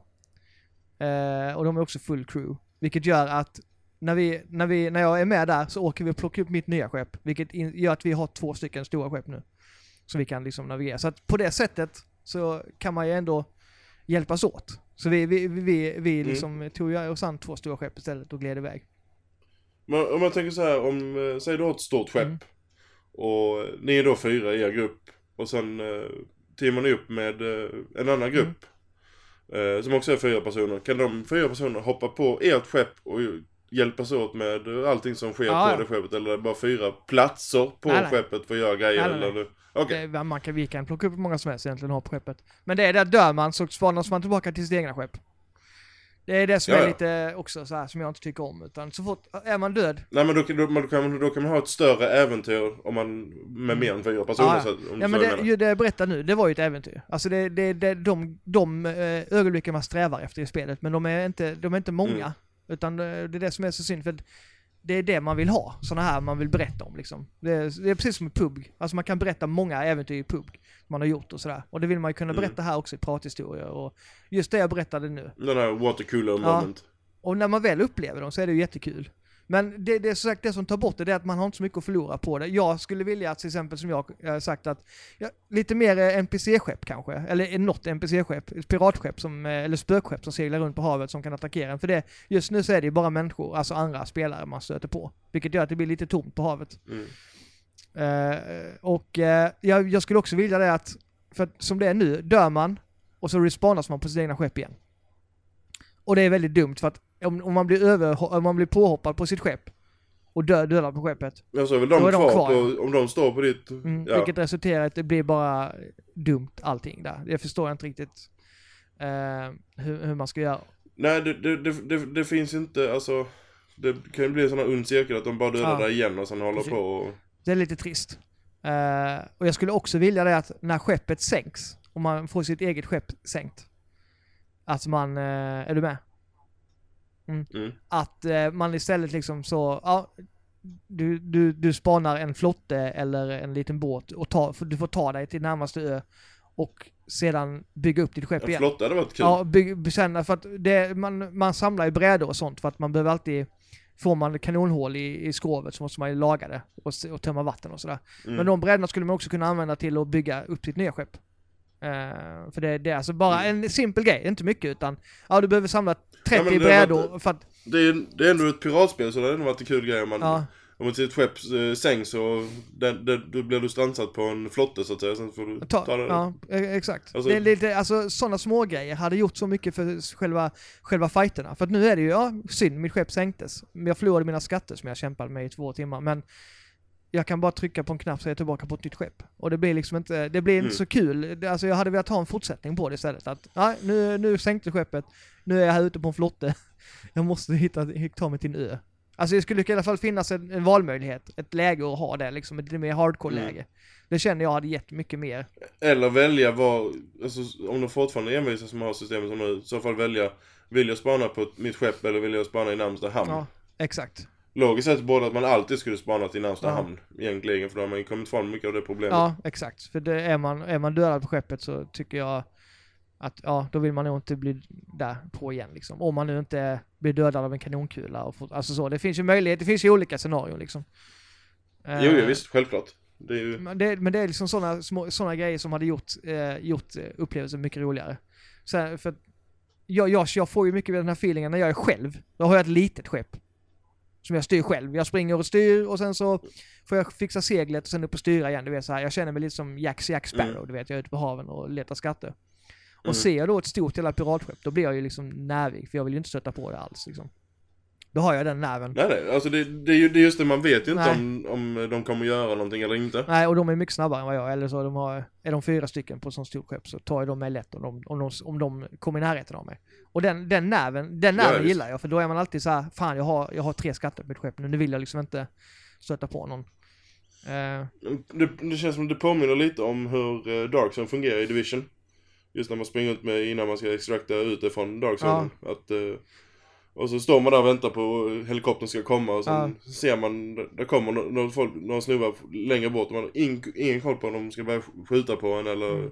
Eh, och de är också full crew. Vilket gör att när, vi, när, vi, när jag är med där så åker vi och plockar upp mitt nya skepp. Vilket in, gör att vi har två stycken stora skepp nu. Så vi kan liksom navigera. Så att på det sättet så kan man ju ändå hjälpas åt. Så vi, vi, vi, vi liksom mm. tog jag och sen två stora skepp istället och gled iväg. Men om man tänker så här, om, säg du har ett stort skepp mm. och ni är då fyra i er grupp och sen eh, teamar ni upp med eh, en annan grupp mm. eh, som också är fyra personer. Kan de fyra personer hoppa på ert skepp och hjälpas åt med allting som sker ja, på ja. det skeppet, eller bara fyra platser på nej, skeppet för att göra grejer? Nej, nej, nej. Eller, okay. det, man kan, vi kan plocka upp många som helst egentligen ha på skeppet. Men det är där dör man så spanas man tillbaka till sitt egna skepp. Det är det som ja, är ja. lite också så här som jag inte tycker om, utan så fort är man död. Nej, men då, då, då, kan, då kan man ha ett större äventyr om man med mer än fyra personer. Ja, så, om ja men det, ju det jag berättar nu, det var ju ett äventyr. Alltså det, det, det de, de ögonblicken man strävar efter i spelet, men de är inte, de är inte många. Mm. Utan det är det som är så synd, för det är det man vill ha. Såna här man vill berätta om liksom. Det är, det är precis som i P U B G. Alltså man kan berätta många äventyr i P U B G man har gjort och sådär. Och det vill man ju kunna berätta mm. här också i prathistorier. Och just det jag berättade nu. Den här watercooler moment. Ja. Och när man väl upplever dem så är det ju jättekul. Men det, det är så sagt det som tar bort det, det är att man har inte så mycket att förlora på det. Jag skulle vilja att till exempel som jag har sagt att ja, lite mer N P C-skepp kanske. Eller något N P C-skepp, piratskepp som, eller spökskepp som seglar runt på havet som kan attackera en. För det, just nu så är det ju bara människor, alltså andra spelare man stöter på. Vilket gör att det blir lite tomt på havet. Mm. Uh, och uh, jag, jag skulle också vilja det att, för att som det är nu, dör man och så respawnas man på sitt egna skepp igen. Och det är väldigt dumt för att om, om, man, blir över, om man blir påhoppad på sitt skepp och dö, dödar på skeppet. Ja, så är väl de, är kvar, de kvar på, om de står på ditt... Mm, ja. Vilket resulterar i att det blir bara dumt allting där. Jag förstår inte riktigt uh, hur, hur man ska göra. Nej, det, det, det, det, det finns inte, alltså... Det kan ju bli en sån här ond cirkel att de bara dödar Ja. där igen och sen håller Precis. på och... Det är lite trist. Uh, och jag skulle också vilja det att när skeppet sänks, om man får sitt eget skepp sänkt, att man, uh, är du med? Mm. Mm. Att uh, man istället liksom så, ja, du, du, du spanar en flotte eller en liten båt och ta, du får ta dig till närmaste ö och sedan bygga upp ditt skepp En igen. flotta hade varit kul. Ja, bygg, sen, för att det, man, man samlar ju brädor och sånt för att man behöver alltid, får man kanonhål i, i skrovet så måste man ju laga det och, och tömma vatten och sådär. Mm. Men de brädorna skulle man också kunna använda till att bygga upp sitt nya skepp. Uh, för det, det är alltså bara Mm. en simpel grej, inte mycket, utan ja, du behöver samla trettio Ja, men det brädor var- för att, Det är, det är ändå ett piratspel så det hade varit en kul grej om man... ja, Om ett skepp eh, sänks så den, den, då blir du strandsatt på en flotte så att säga. Sen får du ta, ta det. ja, e- exakt. Alltså- det är lite, alltså sådana små grejer hade gjort så mycket för själva, själva fighterna. För att nu är det ju, ja, synd, mitt skepp sänktes. Men jag förlorade mina skatter som jag kämpade med i två timmar. Men jag kan bara trycka på en knapp så är jag tillbaka på ett nytt skepp. Och det blir liksom inte, det blir inte Mm. så kul. Det, alltså jag hade velat ha en fortsättning på det istället. Att, ja, nu, nu sänkte skeppet. Nu är jag här ute på en flotte. Jag måste hitta, ta mig till en ö. Alltså det skulle i alla fall finnas en, en valmöjlighet. Ett läge att ha det, liksom ett lite mer hardcore-läge. Mm. Det känner jag hade gett mycket mer. Eller välja vad, alltså om de fortfarande envisas som har systemet som nu, i så fall välja, vill jag spana på mitt skepp eller vill jag spana i närmsta hamn? Ja, exakt. Logiskt sett både att man alltid skulle spana till närmsta Ja. hamn egentligen, för då har man ju kommit ifrån mycket av det problemet. Ja, exakt. För det är man, är man dödad på skeppet så tycker jag att ja, då vill man nog inte bli där på igen liksom. Om man nu inte blir dödad av en kanonkula. Och få, alltså så, det finns ju möjlighet, det finns ju olika scenarion liksom. Jo, jo, visst, självklart. Det är ju... Men det, men det är liksom sådana såna grejer som hade gjort, eh, gjort upplevelsen mycket roligare. Så, för att jag, jag, jag får ju mycket av den här feelingen när jag är själv. Då har jag ett litet skepp. Som jag styr själv. Jag springer och styr och sen så får jag fixa seglet och sen upp och styra igen. Du vet, så här. Jag känner mig lite som Jack, Jack Sparrow. Mm. Du vet, jag är ute på haven och letar skatter. Och Mm. ser jag då ett stort jävla piratskepp, då blir jag ju liksom nervig. För jag vill ju inte stöta på det alls liksom. Då har jag den nerven. Nej, nej, alltså det, det är ju det är just det, man vet ju inte Nej. om, om de kommer göra någonting eller inte. Nej, och de är mycket snabbare än vad jag är. Eller så de har, är de fyra stycken på ett sånt stort skepp så tar jag dem med lätt om de, om de, om de kommer i närheten av mig. Och den, den nerven, den Ja, nerven visst. gillar jag. För då är man alltid så här, fan jag har, jag har tre skatter på mitt skepp nu. Nu vill jag liksom inte stöta på någon. Eh, Det, det känns som det påminner lite om hur eh, Dark Zone fungerar i Division. Just när man springer ut med innan man ska extrakta ut det från Dark Zone. Att, eh, och så står man där och väntar på helikoptern ska komma och sen Ja. ser man, där kommer några, några, folk, några snubbar längre bort och man har ingen, ingen koll på om de ska börja skjuta på en eller Mm.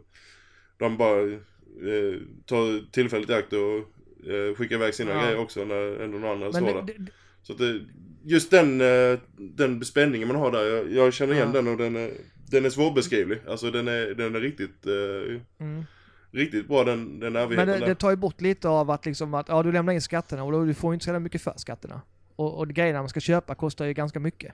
de bara eh, tar tillfället i akt och eh, skickar iväg sina Ja. grejer också när ändå någon annan men står det, där. det, Så att det, just den, eh, den spänningen man har där, jag, jag känner igen Ja. den och den är, den är svårbeskrivlig. Alltså den är, den är riktigt, eh, mm. riktigt bra den, den Men ärvigheten det, där. det tar ju bort lite av att liksom att, ja du lämnar in skatterna och då, du får ju inte så jävla mycket för skatterna. Och, och grejerna man ska köpa kostar ju ganska mycket.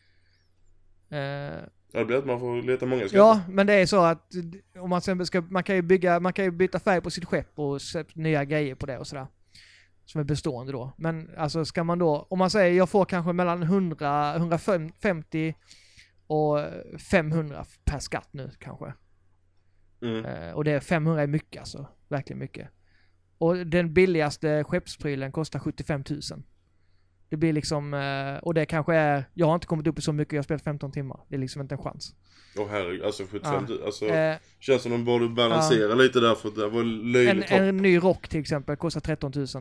Eh, Ja, det blir att man får leta många skatter. Ja, men det är så att om man sen ska, man kan ju bygga, man kan ju byta färg på sitt skepp och sätta nya grejer på det och sådär. Som är bestående då. Men alltså ska man då, om man säger jag får kanske mellan hundra, hundrafemtio och femhundra per skatt nu kanske. Mm. Eh, och det är femhundra är mycket alltså, verkligen mycket. Och den billigaste skeppsprylen kostar sjuttiofem tusen. Det blir liksom, eh, och det kanske är, jag har inte kommit upp i så mycket, jag har spelat femton timmar. Det är liksom inte en chans. Och här, alltså sjuttiofem tusen, alltså Eh, känns som de borde balansera lite där för att det var en, löjligt hopp. en ny rock till exempel kostar tretton tusen.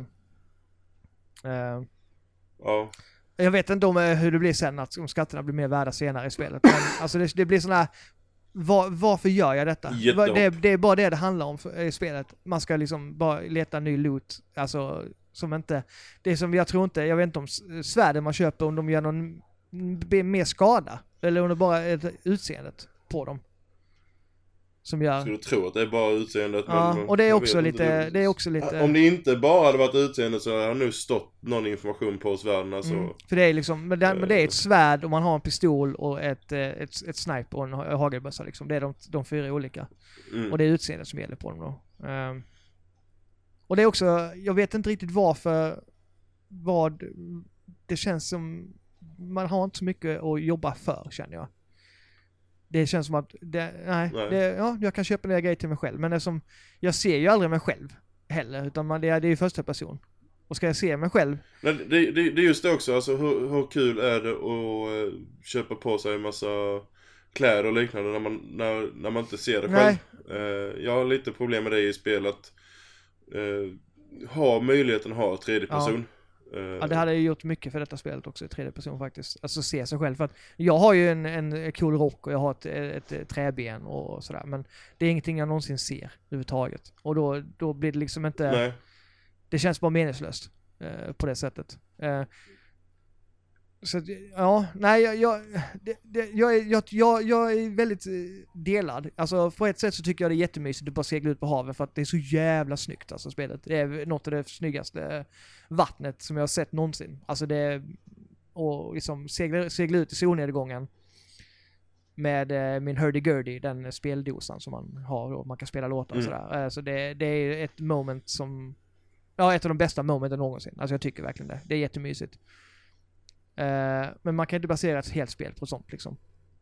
Eh, Ja. jag vet inte om, eh, hur det blir sen, att om skatterna blir mer värda senare i spelet. Men alltså det, det blir sån här, var, varför gör jag detta? Jättehopp. Det, det är bara det det handlar om för, i spelet. Man ska liksom bara leta ny loot. Alltså, som inte, det är som jag tror inte, jag vet inte om s- svärden man köper, om de gör någon m- mer skada. Eller om det bara är utseendet på dem. som gör... Skulle tro att det är bara utseendet. Ja, men, och det är jag också vet inte. lite... Det är också lite... Om det inte bara hade varit utseendet så hade nu stått någon information på oss världen. Alltså. Mm, för det är liksom... Men det, men det är ett svärd och man har en pistol och ett, ett, ett sniper och en hagelbössa liksom. Det är de, de fyra olika. Mm. Och det är utseendet som gäller på dem då. Um, och det är också... Jag vet inte riktigt varför... Vad... Det känns som... Man har inte så mycket att jobba för, känner jag. Det känns som att, det, nej, nej. Det, ja, jag kan köpa nya grejer till mig själv. Men det som, jag ser ju aldrig mig själv heller. Utan man, det, är, det är ju första person. Och ska jag se mig själv? Nej, det, det, det är just det också, alltså hur, hur kul är det att uh, köpa på sig en massa kläder och liknande när man, när, när man inte ser det själv. Uh, jag har lite problem med det i spelet. Uh, ha möjligheten att ha tredje person. Ja. Ja, det hade ju gjort mycket för detta spelet också i tredje person faktiskt. Alltså se sig själv. För att jag har ju en, en cool rock och jag har ett, ett, ett träben och sådär. Men det är ingenting jag någonsin ser överhuvudtaget. Och då, då blir det liksom inte... Nej. Det känns bara meningslöst eh, på det sättet. Eh, så ja, nej, jag, jag, det, det, jag, är, jag, jag, jag är väldigt delad. Alltså på ett sätt så tycker jag det är jättemysigt att bara segla ut på havet för att det är så jävla snyggt alltså spelet. Det är något av det snyggaste vattnet som jag har sett någonsin. Alltså det är, och liksom segla, segla ut i solnedgången med eh, min hurdy-gurdy, den speldosan som man har och man kan spela låtar och mm. sådär. Eh, så det, det är ett moment som, ja, ett av de bästa momenten någonsin. Alltså jag tycker verkligen det. Det är jättemysigt. Uh, men man kan inte basera ett helt spel på sånt liksom.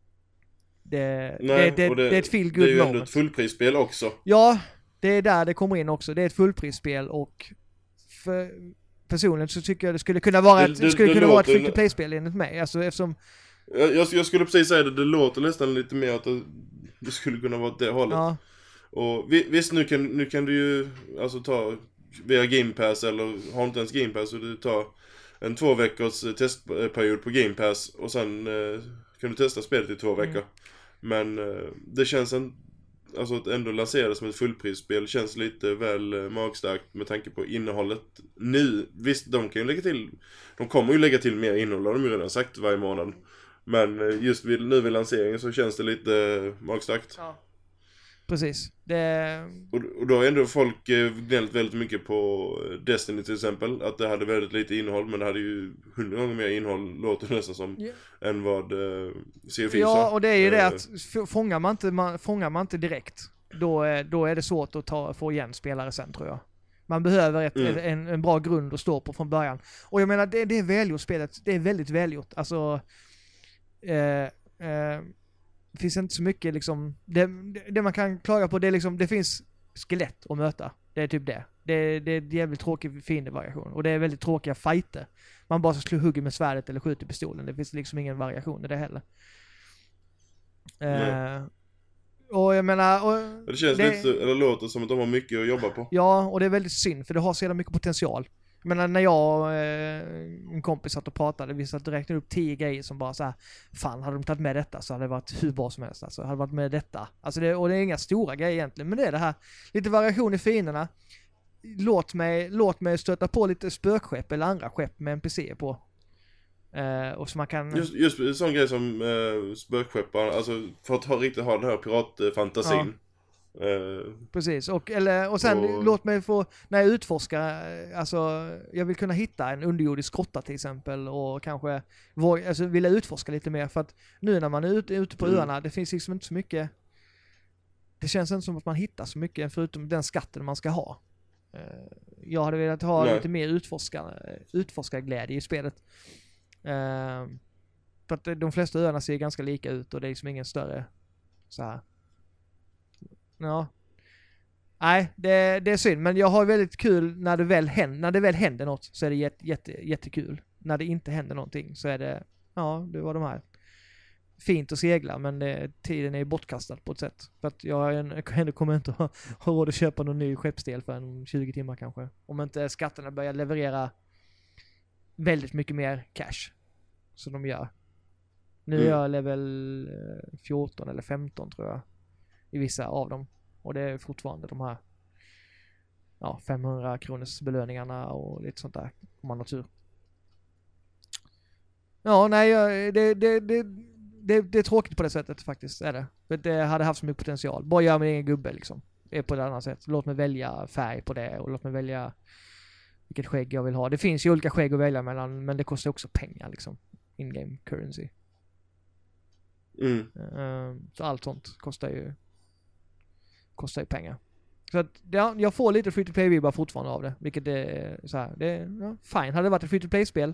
Det, Nej, det, det, det, det är ett feel good moment. Det är ju moment. ändå ett fullprisspel också. Ja, det är där det kommer in också. Det är ett fullprisspel och för personligen så tycker jag det skulle kunna vara det, ett, det, skulle det kunna vara ett låter... free-to-play-spel enligt mig. Alltså eftersom... Jag, jag, jag skulle precis säga det, det låter nästan lite mer att det, det skulle kunna vara det hållet. Ja. Och visst, nu kan, nu kan du ju alltså ta via Game Pass eller har inte ens Game Pass så du tar en två veckors testperiod på Game Pass och sen eh, kan du testa spelet i två veckor. Mm. Men eh, det känns en, alltså att ändå lansera det som ett fullprisspel känns lite väl eh, magstarkt med tanke på innehållet nu. Visst, de kan ju lägga till, de kommer ju lägga till mer innehåll, har de ju redan sagt varje månad. Men eh, just vid, nu vid lanseringen så känns det lite eh, magstarkt. Ja. Precis. Det... Och, och då har ändå folk eh, gnällt väldigt mycket på Destiny till exempel. Att det hade väldigt lite innehåll, men det hade ju hundra gånger mer innehåll, låter det nästan som, yeah. än vad eh, C F I sa. Ja, och det är ju det att fångar man inte, man, fångar man inte direkt, då är, då är det svårt att ta, få igen spelare sen tror jag. Man behöver ett, mm. en, en bra grund att stå på från början. Och jag menar, det, det är välgjort spelet. Det är väldigt välgjort. Alltså... Eh, eh, det finns inte så mycket liksom, det, det man kan klaga på det är liksom, det finns skelett att möta. Det är typ det. Det, det är en jävligt tråkig fiendevariation. Och det är väldigt tråkiga fighter. Man bara slår hugger med svärdet eller skjuter pistolen. Det finns liksom ingen variation i det heller. Uh, och jag menar... Och det känns det, lite, eller låter som att de har mycket att jobba på. Ja, och det är väldigt synd för det har så jävla mycket potential. Men när jag och eh, en kompis satt och pratade, vi satt och räknade upp tio grejer som bara så här, fan, hade de tagit med detta så hade det varit hur bra som helst. Alltså, hade varit med detta. Alltså det, och det är inga stora grejer egentligen, men det är det här, lite variation i fienderna. Låt mig, låt mig stöta på lite spökskepp eller andra skepp med N P C på. Eh, och så man kan... Just, just en sån grej som eh, spökskeppar, alltså för att ha, riktigt ha den här piratfantasin. Ja. Uh, Precis, och, eller, och sen och... låt mig få, när jag utforskar, alltså jag vill kunna hitta en underjordisk grotta till exempel och kanske våg, alltså, vilja utforska lite mer för att nu när man är ute, ute på mm. öarna, det finns liksom inte så mycket, det känns inte som att man hittar så mycket förutom den skatten man ska ha. Uh, jag hade velat ha Nej. lite mer utforskar, utforskarglädje i spelet. Uh, för att de flesta öarna ser ganska lika ut och det är liksom ingen större så här. Ja. Nej, det, det är synd. Men jag har väldigt kul när det väl händer, när det väl händer något så är det jätte, jätte, jättekul. När det inte händer någonting så är det, ja, det var de här. Fint att segla, men det, tiden är bortkastad på ett sätt. För att jag ändå kommer inte ha, ha råd att köpa någon ny skeppsdel för en tjugo timmar kanske. Om inte skatterna börjar leverera väldigt mycket mer cash. Som de gör. Nu är jag level fjorton eller femton tror jag. I vissa av dem. Och det är fortfarande de här ja, femhundra kronors belöningarna och lite sånt där. Om man har tur. Ja, nej, det, det, det, det, det är tråkigt på det sättet faktiskt, är det. För det hade haft så mycket potential. Bara göra min egen gubbe liksom. Det är på ett annat sätt. Låt mig välja färg på det och låt mig välja vilket skägg jag vill ha. Det finns ju olika skägg att välja mellan, men det kostar också pengar liksom. In-game currency. Mm. Uh, så allt sånt kostar ju kostar ju pengar. Så att det, jag får lite free-to-play-vibbar fortfarande av det. Vilket är så här, det är ja, fine. Hade det varit ett free-to-play-spel,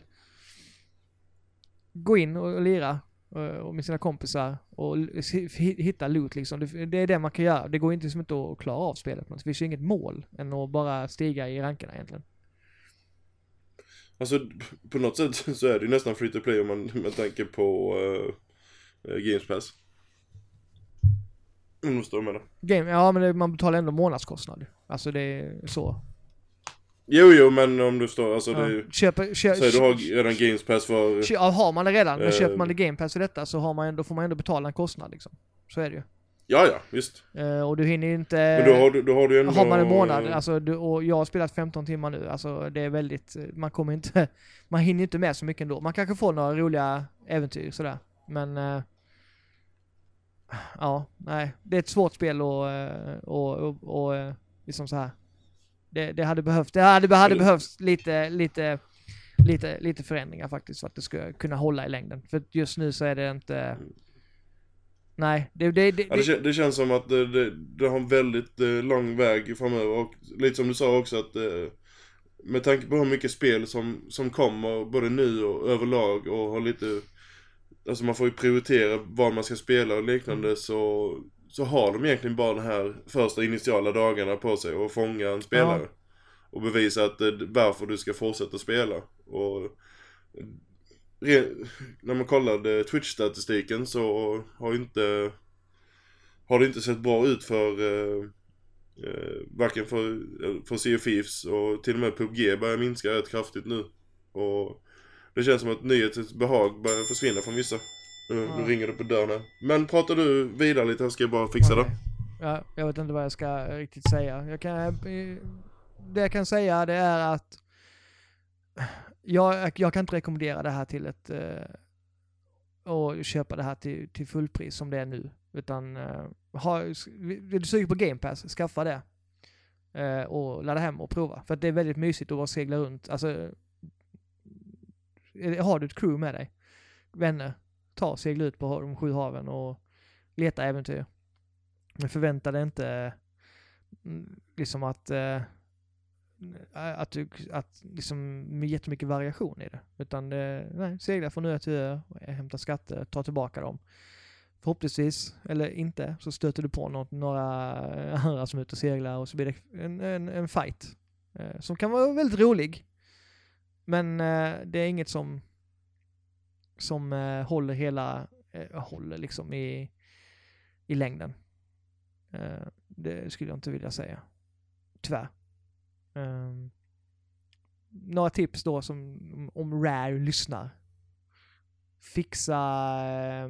gå in och, och lira och, och med sina kompisar och hitta loot liksom. Det, det är det man kan göra. Det går inte som inte att klara av spelet. Men det finns ju inget mål än att bara stiga i rankerna egentligen. Alltså på något sätt så är det ju nästan free-to-play om man, man tänker på uh, Games Pass. Mm, måste du med det. Game, ja, men det, man betalar ändå månadskostnad. Alltså det är så. Jo, jo, men om du står, alltså Ja. det är ju... Köper, kö, Så du har redan Games Pass för... kö, ja, har man det redan, men eh, köper man det Game Pass för detta så har man, då får man ändå betala en kostnad liksom. Så är det ju. Ja, ja, visst. Eh, och du hinner ju inte... Men då har du, då har du ändå... Har man en månad, alltså, du, och jag har spelat femton timmar nu, alltså det är väldigt, man kommer inte, man hinner inte med så mycket ändå. Man kanske får några roliga äventyr sådär, men eh, ja, nej, det är ett svårt spel och, och, och, och liksom så här. Det, det hade behövt, det hade, hade behövts lite, lite, lite, lite förändringar faktiskt för att det ska kunna hålla i längden. För just nu så är det inte... Nej, det, det, det, ja, det, det känns som att det, det, det har en väldigt eh, lång väg framöver. Och lite som du sa också att eh, med tanke på hur mycket spel som, som kommer både nu och överlag och har lite... Alltså man får ju prioritera vad man ska spela och liknande mm. så, så har de egentligen bara de här första initiala dagarna på sig och fånga en spelare. Ja. Och bevisa att det, varför du ska fortsätta spela. Och re, när man kollade Twitch-statistiken så har inte har det inte sett bra ut för eh, eh, varken för, för Sea of Thieves och till och med P U B G börjar minska rätt kraftigt nu. Och det känns som att nyhetens behag börjar försvinna från vissa. Nu, ja. Nu ringer det på dörren här. Men pratar du vidare lite, jag ska bara fixa det. Ja, jag vet inte vad jag ska riktigt säga. Jag kan, det jag kan säga det är att jag, jag kan inte rekommendera det här till ett och köpa det här till, till fullpris som det är nu. Utan ha, vill du suga på Game Pass, skaffa det. Och ladda hem och prova. För att det är väldigt mysigt att bara segla runt. Alltså, har du ett crew med dig, vänner, ta segla ut på de sju haven och leta äventyr. Men förvänta dig inte liksom att att du att liksom med jättemycket variation i det, utan det, nej, segla från ö till ö, hämta skatter, ta tillbaka dem. Förhoppningsvis, eller inte, så stöter du på något, några andra som är ute och seglar och så blir det en, en, en fight eh, som kan vara väldigt rolig. Men eh, det är inget som som eh, håller hela eh, håller liksom i i längden. Eh, det skulle jag inte vilja säga. Tyvärr. Eh, några tips då som om Rare lyssnar. Fixa eh,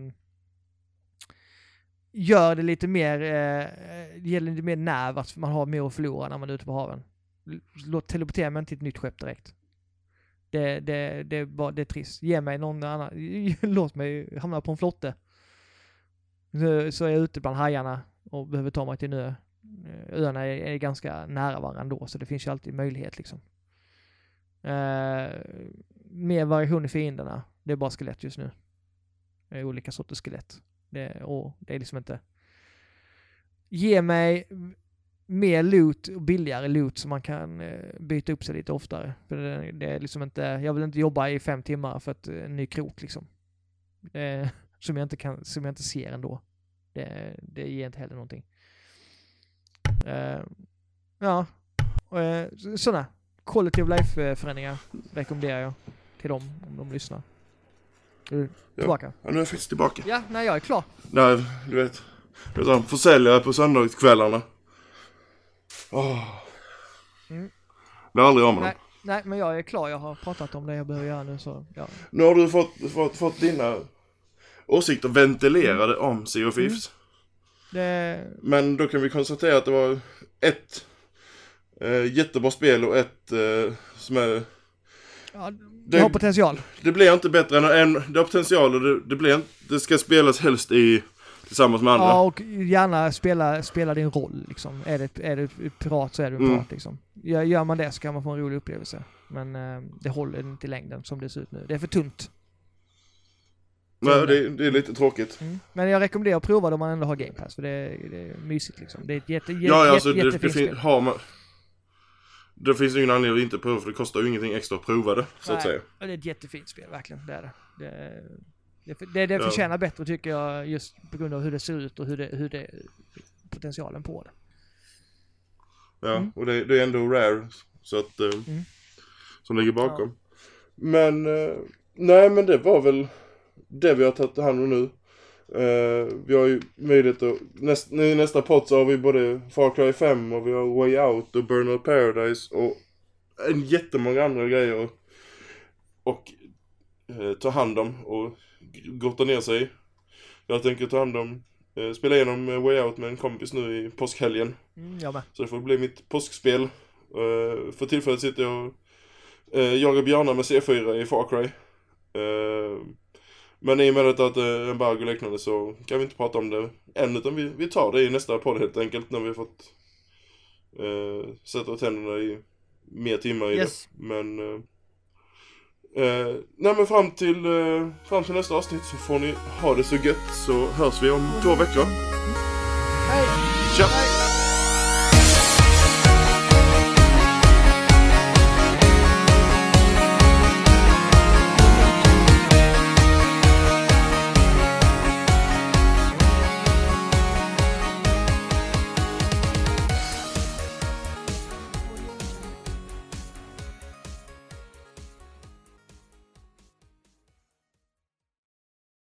gör det lite mer eh, ger lite mer nerv att man har mer att förlora när man är ute på haven. Låt teleportera mig till ett nytt skepp direkt. Det, det, det, det, det är trist. Ge mig någon annan. Låt mig hamna på en flotte. Så, så är jag ute bland hajarna och behöver ta mig till en ö. Öarna är, är ganska nära varandra då, så det finns ju alltid möjlighet liksom. Eh, mer variation i fienderna. Det är bara skelett just nu. Det är olika sorters skelett. Det, och det är liksom inte... Ge mig mer loot och billigare loot så man kan eh, byta upp sig lite oftare. För det, det är liksom inte... Jag vill inte jobba i fem timmar för ett en ny krok liksom. Eh, som jag inte kan, som jag inte ser ändå. Det, det ger inte heller någonting. Eh, ja. Eh, sådana quality of life-förändringar rekommenderar jag till dem om de lyssnar. Är du tillbaka? Ja, nu är jag faktiskt tillbaka. Ja, nej, jag är klar. Nej, du vet. Du vet han försäljare på söndagskvällarna. Åh. Mm. Det är aldrig av med nej, dem. nej, men jag är klar. Jag har pratat om det jag behöver göra nu. Så, ja. Nu har du fått, fått, fått dina åsikter ventilerade mm. om Sea of Thieves. Mm. Det... Men då kan vi konstatera att det var ett eh, jättebra spel och ett eh, som är Ja, det, Det- har potential. Det blir inte bättre än, än det har potential och det, det blir inte, det ska spelas helst i tillsammans med andra. Ja, och gärna spela, spela din roll liksom. Är det, är det pirat så är du en Mm. pirat liksom. Gör, gör man det så kan man få en rolig upplevelse. Men eh, det håller inte i längden som det ser ut nu. Det är för tunt. Nej, det, det är lite tråkigt. Mm. Men jag rekommenderar att prova det om man ändå har Game Pass. För det är, det är mysigt liksom. Det är ett jätte, jätte, Ja, alltså jätte, det, det, jättefint fin- spel. har man, det finns ingen anledning att inte prova för det kostar ju ingenting extra att prova det, så att Nej, säga. och det är ett jättefint spel, verkligen. Det är det. Det, det, det, det Ja. förtjänar bättre tycker jag, just på grund av hur det ser ut och hur det, hur det potentialen på det. Ja, Mm. och det, det är ändå Rare så att, eh, Mm. som ligger bakom. Men, eh, nej men det var väl det vi har tagit hand om nu. Eh, vi har ju möjlighet att, näst, nu i nästa podd så har vi både Far Cry fem och vi har Way Out och Burnout Paradise och en jättemånga andra grejer och, och eh, ta hand om och gotta ner sig. Jag tänker ta hand om, eh, spela igenom eh, Way Out med en kompis nu i påskhelgen. Mm, jag med. Så det får bli mitt påskspel. Uh, för tillfället sitter jag och uh, jagar björnar med C fyra i Far Cry. Uh, men i och med att uh, embargo och liknande så kan vi inte prata om det än, utan vi, vi tar det i nästa podd helt enkelt när vi har fått uh, sätta tänderna i mer timmar i Yes. det. Men, uh, uh, nej men fram till, uh, fram till nästa avsnitt så får ni ha det så gött, så hörs vi om två veckor. Hej! Tja! Hej!